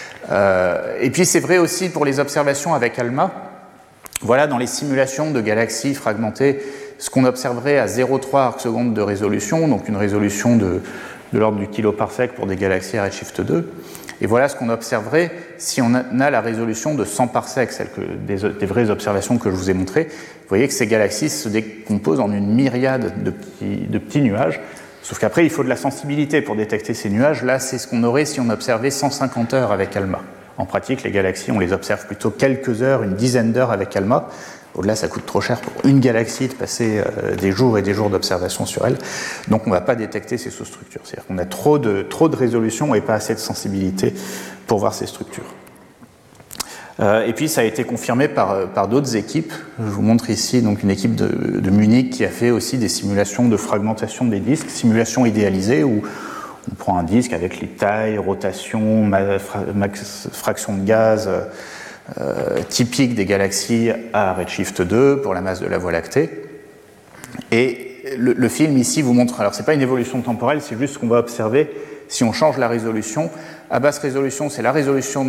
Et puis c'est vrai aussi pour les observations avec ALMA. Voilà, dans les simulations de galaxies fragmentées, ce qu'on observerait à 0,3 arcsecondes de résolution, donc une résolution de l'ordre du kiloparsec pour des galaxies à redshift 2. Et voilà ce qu'on observerait si on a la résolution de 100 parsecs, celle des vraies observations que je vous ai montrées. Vous voyez que ces galaxies se décomposent en une myriade de petits nuages, sauf qu'après il faut de la sensibilité pour détecter ces nuages. Là, c'est ce qu'on aurait si on observait 150 heures avec ALMA. En pratique, les galaxies, on les observe plutôt quelques heures, une dizaine d'heures avec ALMA. Au-delà, ça coûte trop cher pour une galaxie de passer des jours et des jours d'observation sur elle. Donc on ne va pas détecter ces sous-structures. C'est-à-dire qu'on a trop de résolution et pas assez de sensibilité pour voir ces structures. Et puis ça a été confirmé par d'autres équipes. Je vous montre ici donc une équipe de Munich qui a fait aussi des simulations de fragmentation des disques, simulations idéalisées où on prend un disque avec les tailles, rotation, fraction de gaz typique des galaxies à redshift 2 pour la masse de la Voie lactée. Et le film ici vous montre, alors c'est pas une évolution temporelle, c'est juste ce qu'on va observer si on change la résolution. À basse résolution, c'est la résolution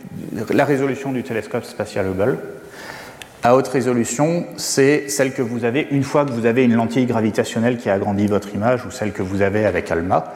du télescope spatial Hubble. À haute résolution, c'est celle que vous avez une fois que vous avez une lentille gravitationnelle qui a agrandi votre image ou celle que vous avez avec ALMA.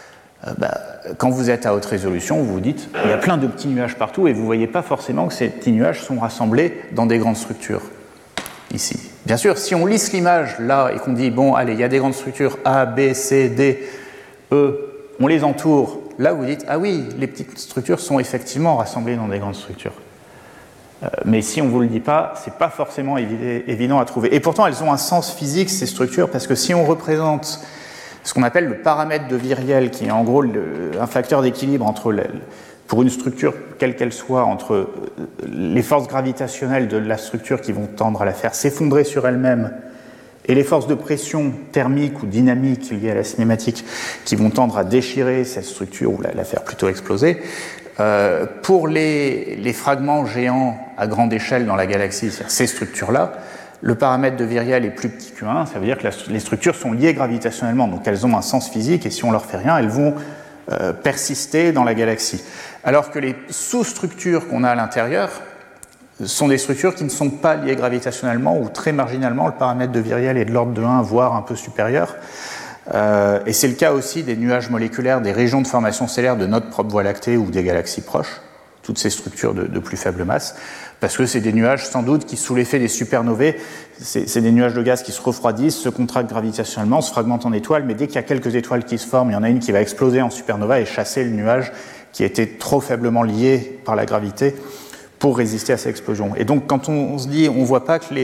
Quand vous êtes à haute résolution, vous vous dites il y a plein de petits nuages partout et vous ne voyez pas forcément que ces petits nuages sont rassemblés dans des grandes structures. Ici. Bien sûr, si on lisse l'image là et qu'on dit bon, allez, il y a des grandes structures A, B, C, D, E, on les entoure, là vous dites ah oui, les petites structures sont effectivement rassemblées dans des grandes structures. Mais si on ne vous le dit pas, ce n'est pas forcément évident à trouver. Et pourtant, elles ont un sens physique, ces structures, parce que si on représente ce qu'on appelle le paramètre de Viriel, qui est en gros un facteur d'équilibre pour une structure quelle qu'elle soit, entre les forces gravitationnelles de la structure qui vont tendre à la faire s'effondrer sur elle-même et les forces de pression thermique ou dynamique liées à la cinématique qui vont tendre à déchirer cette structure ou la faire plutôt exploser. Pour les fragments géants à grande échelle dans la galaxie, c'est-à-dire ces structures-là, le paramètre de Viriel est plus petit que 1, ça veut dire que les structures sont liées gravitationnellement, donc elles ont un sens physique, et si on leur fait rien, elles vont persister dans la galaxie. Alors que les sous-structures qu'on a à l'intérieur sont des structures qui ne sont pas liées gravitationnellement, ou très marginalement, le paramètre de Viriel est de l'ordre de 1, voire un peu supérieur. Et c'est le cas aussi des nuages moléculaires, des régions de formation stellaire de notre propre Voie lactée ou des galaxies proches, toutes ces structures de plus faible masse, parce que c'est des nuages sans doute qui, sous l'effet des supernovae, c'est des nuages de gaz qui se refroidissent, se contractent gravitationnellement, se fragmentent en étoiles, mais dès qu'il y a quelques étoiles qui se forment, il y en a une qui va exploser en supernova et chasser le nuage qui était trop faiblement lié par la gravité pour résister à cette explosion. Et donc quand on se dit, on ne voit pas que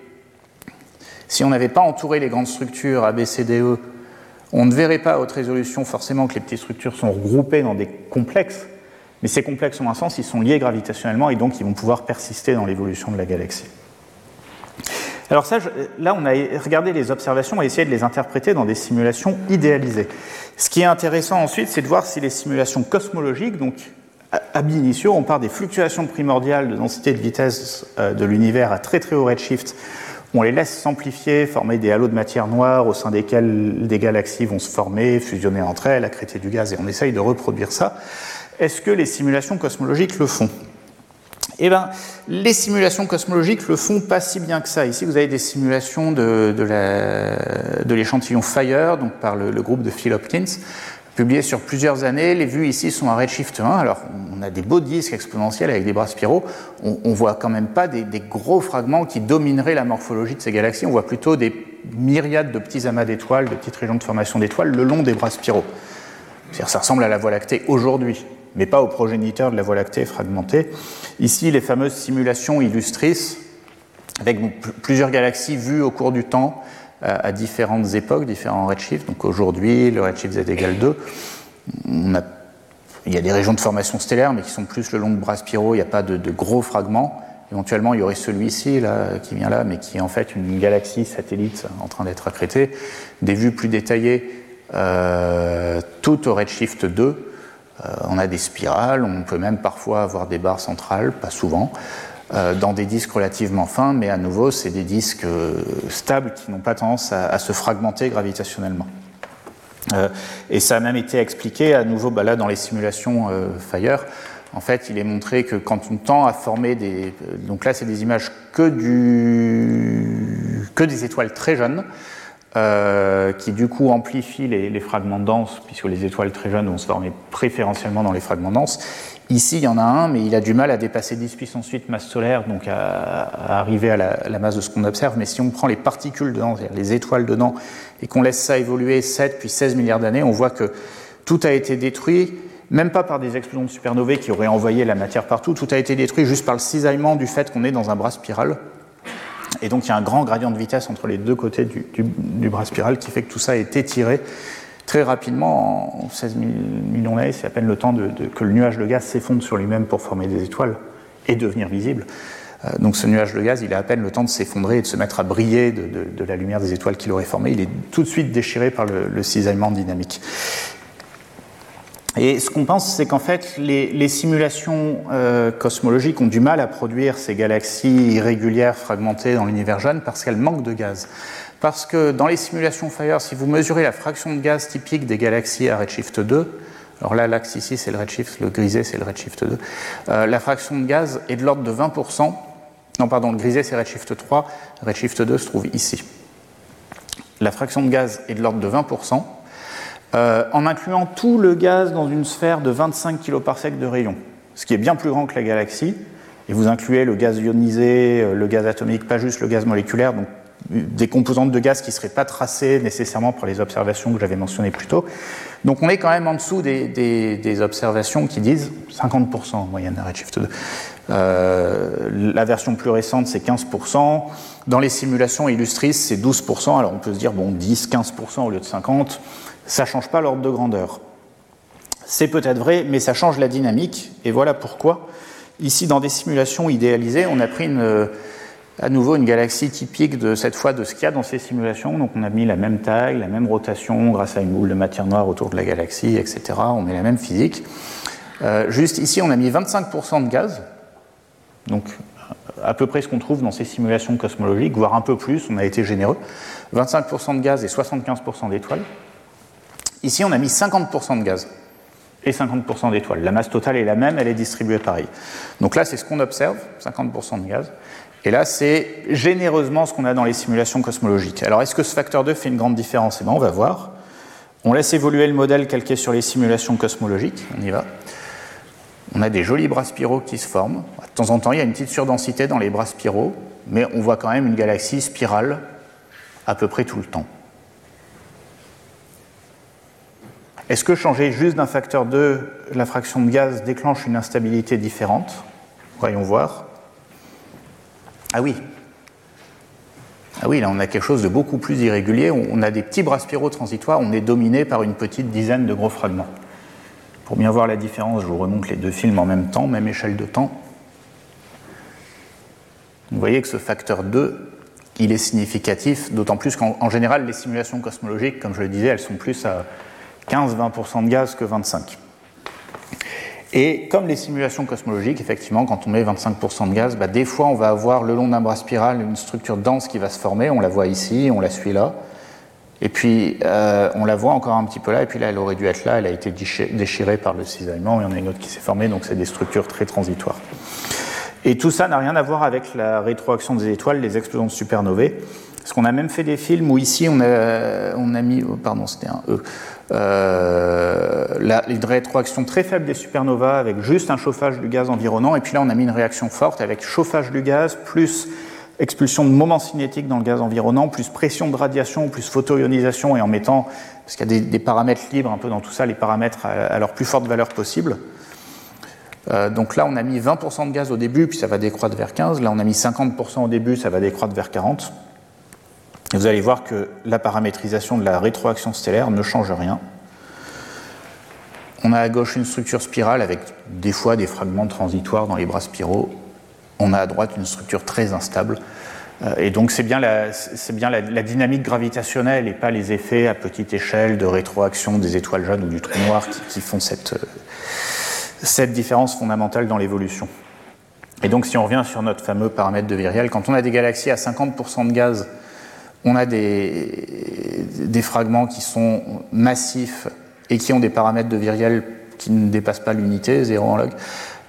si on n'avait pas entouré les grandes structures A, B, C, D, E, on ne verrait pas à haute résolution forcément que les petites structures sont regroupées dans des complexes, mais ces complexes ont un sens, ils sont liés gravitationnellement et donc ils vont pouvoir persister dans l'évolution de la galaxie. Alors ça, là on a regardé les observations et essayé de les interpréter dans des simulations idéalisées. Ce qui est intéressant ensuite, c'est de voir si les simulations cosmologiques, donc ab initio, on part des fluctuations primordiales de densité de vitesse de l'univers à très très haut redshift, on les laisse s'amplifier, former des halos de matière noire au sein desquels des galaxies vont se former, fusionner entre elles, accréter du gaz, et on essaye de reproduire ça. Est-ce que les simulations cosmologiques le font ? Eh bien, les simulations cosmologiques le font pas si bien que ça. Ici, vous avez des simulations de l'échantillon FIRE, donc par le groupe de Phil Hopkins, publiées sur plusieurs années. Les vues ici sont à redshift 1. Alors, on a des beaux disques exponentiels avec des bras spiraux. On voit quand même pas des gros fragments qui domineraient la morphologie de ces galaxies. On voit plutôt des myriades de petits amas d'étoiles, de petites régions de formation d'étoiles le long des bras spiraux. C'est-à-dire, ça ressemble à la Voie lactée aujourd'hui, mais pas aux progéniteurs de la Voie lactée fragmentée. Ici, les fameuses simulations illustrices, avec plusieurs galaxies vues au cours du temps, à différentes époques, différents redshifts. Donc aujourd'hui, le redshift Z égale 2. Il y a des régions de formation stellaire, mais qui sont plus le long de bras spiraux, il n'y a pas de gros fragments. Éventuellement, il y aurait celui-ci là, qui vient là, mais qui est en fait une galaxie satellite en train d'être accrétée. Des vues plus détaillées, tout au redshift 2. On a des spirales, on peut même parfois avoir des barres centrales, pas souvent, dans des disques relativement fins, mais à nouveau, c'est des disques stables qui n'ont pas tendance à se fragmenter gravitationnellement. Et ça a même été expliqué à nouveau là dans les simulations Fire. En fait, il est montré que quand on tend à former des... Donc là, c'est des images que des étoiles très jeunes, qui du coup amplifient les fragments denses, puisque les étoiles très jeunes vont se former préférentiellement dans les fragments denses. Ici, il y en a un, mais il a du mal à dépasser 10 puissance 8 masse solaire, donc à arriver à la masse de ce qu'on observe. Mais si on prend les particules dedans, c'est-à-dire les étoiles dedans, et qu'on laisse ça évoluer 7 puis 16 milliards d'années, on voit que tout a été détruit, même pas par des explosions de supernovae qui auraient envoyé la matière partout, tout a été détruit juste par le cisaillement du fait qu'on est dans un bras spiral. Et donc il y a un grand gradient de vitesse entre les deux côtés du bras spiral qui fait que tout ça est étiré très rapidement, en 16 millions d'années, c'est à peine le temps que le nuage de gaz s'effondre sur lui-même pour former des étoiles et devenir visible. Donc ce nuage de gaz, il a à peine le temps de s'effondrer et de se mettre à briller de la lumière des étoiles qu'il aurait formées. Il est tout de suite déchiré par le cisaillement dynamique. Et ce qu'on pense, c'est qu'en fait, les simulations cosmologiques ont du mal à produire ces galaxies irrégulières, fragmentées dans l'univers jeune, parce qu'elles manquent de gaz. Parce que dans les simulations Fire, si vous mesurez la fraction de gaz typique des galaxies à redshift 2, alors là, l'axe ici, c'est le redshift, le grisé, c'est le redshift 2, la fraction de gaz est de l'ordre de 20%. Non, pardon, le grisé, c'est redshift 3, redshift 2 se trouve ici. La fraction de gaz est de l'ordre de 20%. En incluant tout le gaz dans une sphère de 25 kPa de rayon, ce qui est bien plus grand que la galaxie, et vous incluez le gaz ionisé, le gaz atomique, pas juste le gaz moléculaire, donc des composantes de gaz qui ne seraient pas tracées nécessairement par les observations que j'avais mentionnées plus tôt. Donc on est quand même en dessous des observations qui disent 50% en moyenne à redshift 2. La version plus récente, c'est 15%. Dans les simulations illustrices, c'est 12%. Alors on peut se dire, bon, 10, 15% au lieu de 50%. Ça ne change pas l'ordre de grandeur. C'est peut-être vrai, mais ça change la dynamique, et voilà pourquoi. Ici, dans des simulations idéalisées, on a pris à nouveau une galaxie typique cette fois de ce qu'il y a dans ces simulations. Donc on a mis la même taille, la même rotation, grâce à une boule de matière noire autour de la galaxie, etc. On met la même physique. Juste ici, on a mis 25% de gaz, donc à peu près ce qu'on trouve dans ces simulations cosmologiques, voire un peu plus, on a été généreux. 25% de gaz et 75% d'étoiles. Ici, on a mis 50% de gaz et 50% d'étoiles. La masse totale est la même, elle est distribuée pareil. Donc là, c'est ce qu'on observe, 50% de gaz. Et là, c'est généreusement ce qu'on a dans les simulations cosmologiques. Alors, est-ce que ce facteur 2 fait une grande différence? Eh bien, on va voir. On laisse évoluer le modèle calqué sur les simulations cosmologiques. On y va. On a des jolis bras spiraux qui se forment. De temps en temps, il y a une petite surdensité dans les bras spiraux, mais on voit quand même une galaxie spirale à peu près tout le temps. Est-ce que changer juste d'un facteur 2 la fraction de gaz déclenche une instabilité différente? Voyons voir. Ah oui, là on a quelque chose de beaucoup plus irrégulier. On a des petits bras spiraux transitoires, on est dominé par une petite dizaine de gros fragments. Pour bien voir la différence, je vous remonte les deux films en même temps, même échelle de temps. Vous voyez que ce facteur 2, il est significatif, d'autant plus qu'en général, les simulations cosmologiques, comme je le disais, elles sont plus à 15-20% de gaz que 25%. Et comme les simulations cosmologiques, effectivement, quand on met 25% de gaz, des fois on va avoir le long d'un bras spiral une structure dense qui va se former, on la voit ici, on la suit là, et puis on la voit encore un petit peu là, et puis là elle aurait dû être là, elle a été déchirée par le cisaillement, il y en a une autre qui s'est formée, donc c'est des structures très transitoires. Et tout ça n'a rien à voir avec la rétroaction des étoiles, les explosions de supernovae. Parce qu'on a même fait des films où ici on a mis, pardon c'était un E, une rétroaction très faible des supernovas avec juste un chauffage du gaz environnant, et puis là on a mis une réaction forte avec chauffage du gaz, plus expulsion de moments cinétiques dans le gaz environnant, plus pression de radiation, plus photoionisation, et en mettant, parce qu'il y a des paramètres libres un peu dans tout ça, les paramètres à leur plus forte valeur possible. Donc là on a mis 20% de gaz au début, puis ça va décroître vers 15%, là on a mis 50% au début, ça va décroître vers 40%. Et vous allez voir que la paramétrisation de la rétroaction stellaire ne change rien. On a à gauche une structure spirale avec des fois des fragments transitoires dans les bras spiraux. on a à droite une structure très instable. Et donc c'est bien la dynamique gravitationnelle et pas les effets à petite échelle de rétroaction des étoiles jeunes ou du trou noir qui font cette différence fondamentale dans l'évolution. Et donc si on revient sur notre fameux paramètre de Virial, quand on a des galaxies à 50% de gaz, on a des fragments qui sont massifs et qui ont des paramètres de Virial qui ne dépassent pas l'unité, 0 en log.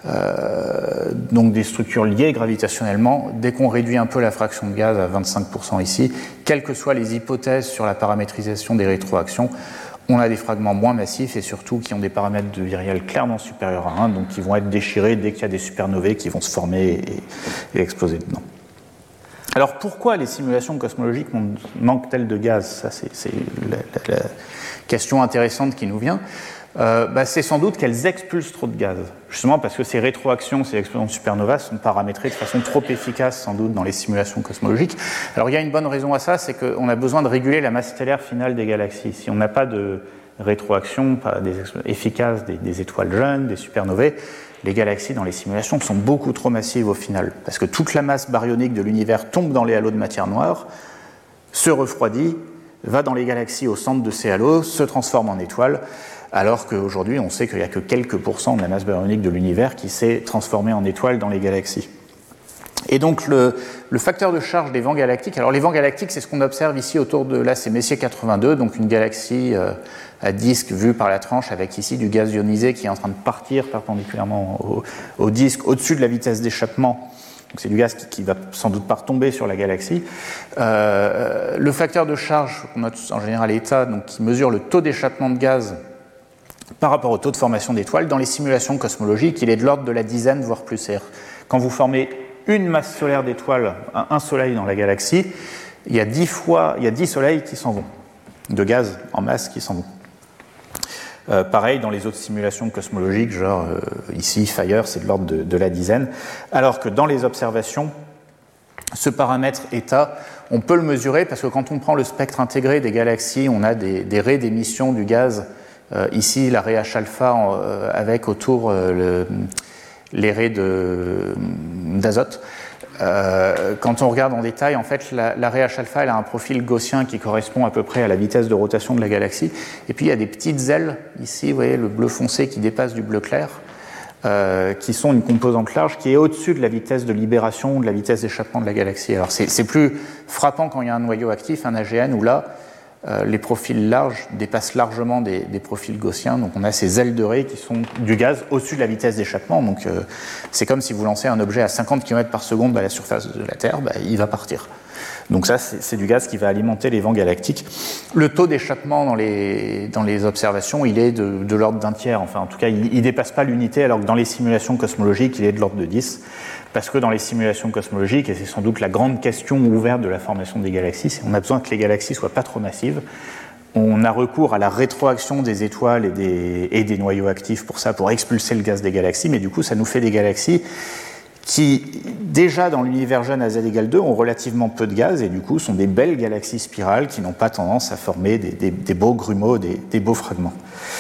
Donc des structures liées gravitationnellement. Dès qu'on réduit un peu la fraction de gaz à 25% ici, quelles que soient les hypothèses sur la paramétrisation des rétroactions, on a des fragments moins massifs et surtout qui ont des paramètres de Virial clairement supérieurs à 1, donc qui vont être déchirés dès qu'il y a des supernovae qui vont se former et exploser dedans. Alors pourquoi les simulations cosmologiques manquent-elles de gaz? Ça, c'est la question intéressante qui nous vient. C'est sans doute qu'elles expulsent trop de gaz, justement parce que ces rétroactions, ces explosions de supernovas sont paramétrées de façon trop efficace sans doute dans les simulations cosmologiques. Alors il y a une bonne raison à ça, c'est qu'on a besoin de réguler la masse stellaire finale des galaxies. Si on n'a pas de rétroaction efficace des étoiles jeunes, des supernovae, les galaxies dans les simulations sont beaucoup trop massives au final, parce que toute la masse baryonique de l'univers tombe dans les halos de matière noire, se refroidit, va dans les galaxies au centre de ces halos, se transforme en étoiles, alors qu'aujourd'hui on sait qu'il n'y a que quelques pourcents de la masse baryonique de l'univers qui s'est transformée en étoiles dans les galaxies. Et donc le facteur de charge des vents galactiques, alors les vents galactiques c'est ce qu'on observe ici autour de, là c'est Messier 82, donc une galaxie à disque vue par la tranche avec ici du gaz ionisé qui est en train de partir perpendiculairement au disque au-dessus de la vitesse d'échappement. Donc c'est du gaz qui va sans doute pas retomber sur la galaxie. Le facteur de charge qu'on note en général état, donc qui mesure le taux d'échappement de gaz par rapport au taux de formation d'étoiles, dans les simulations cosmologiques, il est de l'ordre de la dizaine, voire plus. C'est-à-dire, quand vous formez une masse solaire d'étoiles, un soleil dans la galaxie, il y a 10 soleils qui s'en vont, de gaz en masse qui s'en vont. Pareil dans les autres simulations cosmologiques, genre ici, Fire, c'est de l'ordre de la dizaine, alors que dans les observations, ce paramètre état, on peut le mesurer parce que quand on prend le spectre intégré des galaxies, on a des raies d'émission du gaz. Ici, la raie H-alpha avec autour les raies d'azote. Quand on regarde en détail, en fait, la raie H-alpha elle a un profil gaussien qui correspond à peu près à la vitesse de rotation de la galaxie. Et puis, il y a des petites ailes, ici, vous voyez, le bleu foncé qui dépasse du bleu clair, qui sont une composante large qui est au-dessus de la vitesse de libération ou de la vitesse d'échappement de la galaxie. Alors, c'est plus frappant quand il y a un noyau actif, un AGN, où là, les profils larges dépassent largement des profils gaussiens, donc on a ces ailes de raie qui sont du gaz au-dessus de la vitesse d'échappement, donc c'est comme si vous lancez un objet à 50 km par seconde à la surface de la Terre, il va partir. Donc ça, c'est du gaz qui va alimenter les vents galactiques. Le taux d'échappement dans les observations, il est de l'ordre d'un tiers, enfin en tout cas, il ne dépasse pas l'unité, alors que dans les simulations cosmologiques, il est de l'ordre de 10. Parce que dans les simulations cosmologiques, et c'est sans doute la grande question ouverte de la formation des galaxies, c'est qu'on a besoin que les galaxies soient pas trop massives. On a recours à la rétroaction des étoiles et des noyaux actifs pour ça, pour expulser le gaz des galaxies, mais du coup, ça nous fait des galaxies qui, déjà dans l'univers jeune à z égale 2, ont relativement peu de gaz, et du coup, sont des belles galaxies spirales qui n'ont pas tendance à former des beaux grumeaux, des beaux fragments.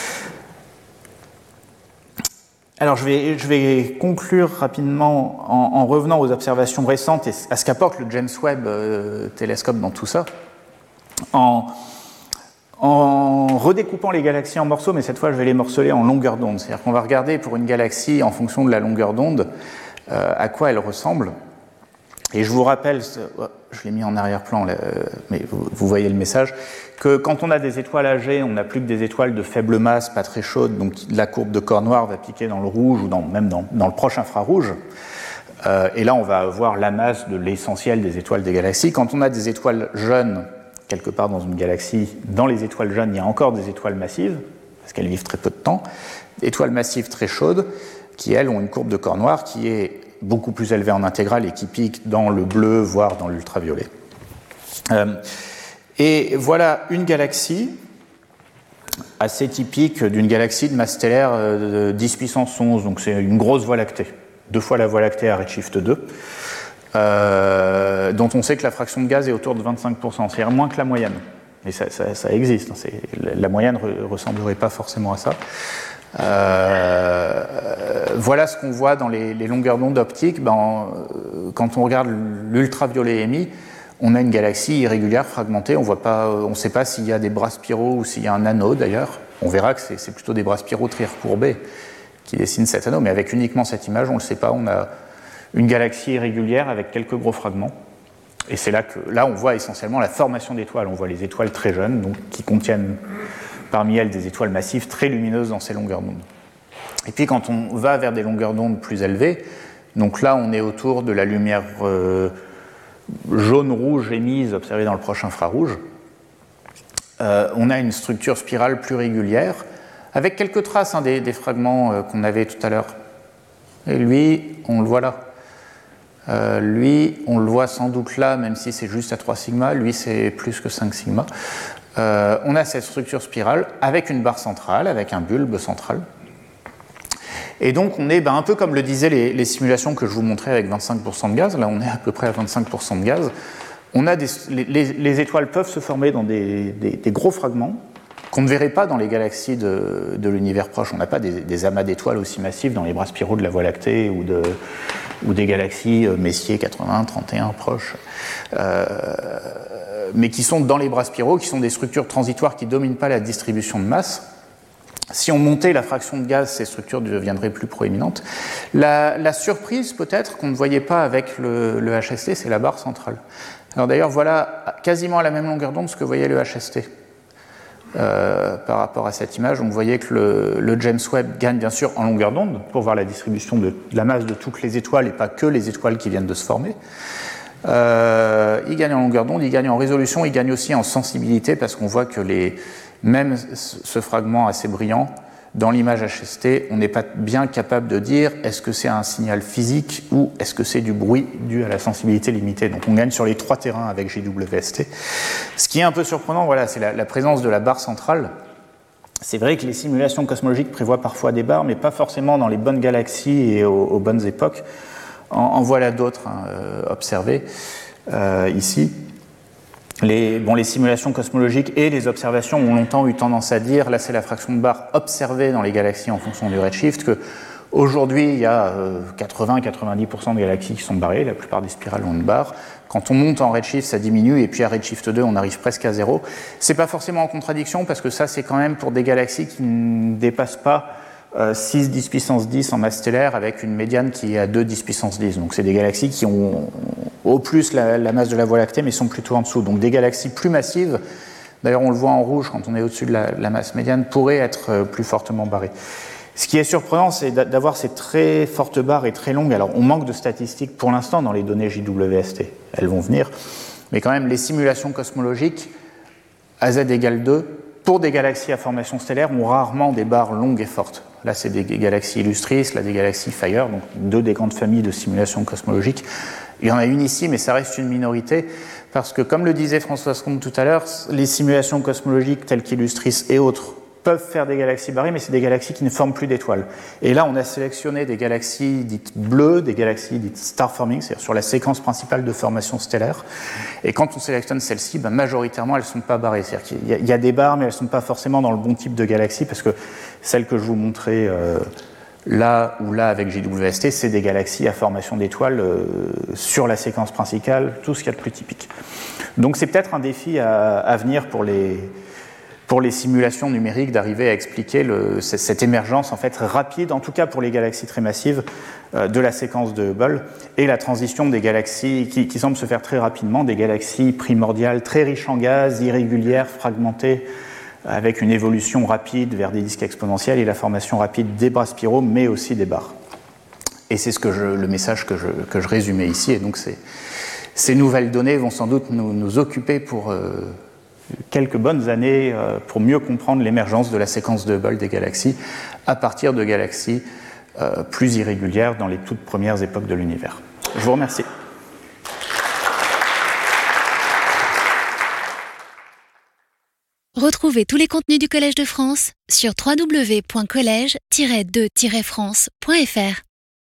Alors je vais conclure rapidement en revenant aux observations récentes et à ce qu'apporte le James Webb télescope dans tout ça, en redécoupant les galaxies en morceaux, mais cette fois je vais les morceler en longueur d'onde. C'est-à-dire qu'on va regarder pour une galaxie en fonction de la longueur d'onde à quoi elle ressemble. Et je vous rappelle, je l'ai mis en arrière-plan, mais vous voyez le message, que quand on a des étoiles âgées, on n'a plus que des étoiles de faible masse, pas très chaudes, donc la courbe de Cornoir va piquer dans le rouge ou même dans le proche infrarouge. Et là, on va avoir la masse de l'essentiel des étoiles des galaxies. Quand on a des étoiles jeunes, quelque part dans une galaxie, dans les étoiles jeunes, il y a encore des étoiles massives, parce qu'elles vivent très peu de temps, étoiles massives très chaudes, qui, elles, ont une courbe de Cornoir qui est beaucoup plus élevée en intégrale et qui pique dans le bleu, voire dans l'ultraviolet. Et voilà une galaxie assez typique d'une galaxie de masse stellaire de 10 puissance 11, donc c'est une grosse voie lactée, 2 fois la voie lactée à redshift 2, dont on sait que la fraction de gaz est autour de 25%, c'est-à-dire moins que la moyenne. Et ça existe, la moyenne ne ressemblerait pas forcément à ça. Voilà ce qu'on voit dans les longueurs d'onde optiques. Quand on regarde l'ultraviolet émis, on a une galaxie irrégulière, fragmentée. On ne sait pas s'il y a des bras spiraux ou s'il y a un anneau d'ailleurs. On verra que c'est plutôt des bras spiraux très recourbés qui dessinent cet anneau, mais avec uniquement cette image, on ne le sait pas. On a une galaxie irrégulière avec quelques gros fragments. Et c'est là on voit essentiellement la formation d'étoiles. On voit les étoiles très jeunes, donc, qui contiennent parmi elles des étoiles massives très lumineuses dans ces longueurs d'onde. Et puis quand on va vers des longueurs d'onde plus élevées, donc là on est autour de la lumière jaune-rouge émise observée dans le proche infrarouge, on a une structure spirale plus régulière, avec quelques traces des fragments qu'on avait tout à l'heure. Et lui, on le voit là. Lui, on le voit sans doute là, même si c'est juste à 3 sigma. Lui, c'est plus que 5 sigma. On a cette structure spirale avec une barre centrale, avec un bulbe central. Et donc, on est un peu comme le disaient les simulations que je vous montrais avec 25% de gaz. Là, on est à peu près à 25% de gaz. Les étoiles peuvent se former dans des gros fragments qu'on ne verrait pas dans les galaxies de l'univers proche. On n'a pas des amas d'étoiles aussi massifs dans les bras spiraux de la Voie lactée ou des galaxies Messier 80, 31 proches, mais qui sont dans les bras spiraux, qui sont des structures transitoires qui ne dominent pas la distribution de masse. Si on montait la fraction de gaz, ces structures deviendraient plus proéminentes. La surprise, peut-être, qu'on ne voyait pas avec le HST, c'est la barre centrale. Alors d'ailleurs, voilà quasiment à la même longueur d'onde ce que voyait le HST. Par rapport à cette image, on voyait que le James Webb gagne bien sûr en longueur d'onde pour voir la distribution de la masse de toutes les étoiles et pas que les étoiles qui viennent de se former. Il gagne en longueur d'onde, il gagne en résolution, il gagne aussi en sensibilité parce qu'on voit que même ce fragment assez brillant, dans l'image HST, on n'est pas bien capable de dire est-ce que c'est un signal physique ou est-ce que c'est du bruit dû à la sensibilité limitée. Donc on gagne sur les 3 terrains avec JWST. Ce qui est un peu surprenant, voilà, c'est la présence de la barre centrale. C'est vrai que les simulations cosmologiques prévoient parfois des barres, mais pas forcément dans les bonnes galaxies et aux bonnes époques. En voilà d'autres observées ici. Les simulations cosmologiques et les observations ont longtemps eu tendance à dire, là c'est la fraction de barre observée dans les galaxies en fonction du redshift, qu'aujourd'hui il y a 80-90% de galaxies qui sont barrées, la plupart des spirales ont une barre. Quand on monte en redshift, ça diminue, et puis à redshift 2, on arrive presque à 0. C'est pas forcément en contradiction, parce que ça c'est quand même pour des galaxies qui ne dépassent pas 6 10 puissance 10 en masse stellaire avec une médiane qui est à 2 10 puissance 10. Donc c'est des galaxies qui ont au plus la masse de la Voie lactée mais sont plutôt en dessous. Donc des galaxies plus massives, d'ailleurs on le voit en rouge quand on est au-dessus de la masse médiane, pourraient être plus fortement barrées. Ce qui est surprenant, c'est d'avoir ces très fortes barres et très longues. Alors on manque de statistiques pour l'instant dans les données JWST, elles vont venir, mais quand même les simulations cosmologiques à z égale 2 pour des galaxies à formation stellaire ont rarement des barres longues et fortes. Là, c'est des galaxies Illustris, là, des galaxies Fire, donc 2 des grandes familles de simulations cosmologiques. Il y en a une ici, mais ça reste une minorité, parce que, comme le disait Françoise Comte tout à l'heure, les simulations cosmologiques telles qu'Illustris et autres peuvent faire des galaxies barrées, mais c'est des galaxies qui ne forment plus d'étoiles. Et là, on a sélectionné des galaxies dites bleues, des galaxies dites star-forming, c'est-à-dire sur la séquence principale de formation stellaire. Et quand on sélectionne celles-ci, majoritairement, elles ne sont pas barrées. C'est-à-dire qu'il y a des barres, mais elles ne sont pas forcément dans le bon type de galaxie, parce que celles que je vous montrais là ou là avec JWST, c'est des galaxies à formation d'étoiles sur la séquence principale, tout ce qu'il y a de plus typique. Donc c'est peut-être un défi à venir pour les simulations numériques d'arriver à expliquer cette émergence en fait rapide, en tout cas pour les galaxies très massives, de la séquence de Hubble et la transition des galaxies qui semble se faire très rapidement, des galaxies primordiales très riches en gaz, irrégulières, fragmentées, avec une évolution rapide vers des disques exponentiels et la formation rapide des bras spiraux, mais aussi des barres. Et c'est le message que je résumais ici, et donc ces nouvelles données vont sans doute nous occuper pour quelques bonnes années pour mieux comprendre l'émergence de la séquence de Hubble des galaxies à partir de galaxies plus irrégulières dans les toutes premières époques de l'univers. Je vous remercie. Retrouvez tous les contenus du Collège de France sur www.collège-2-france.fr.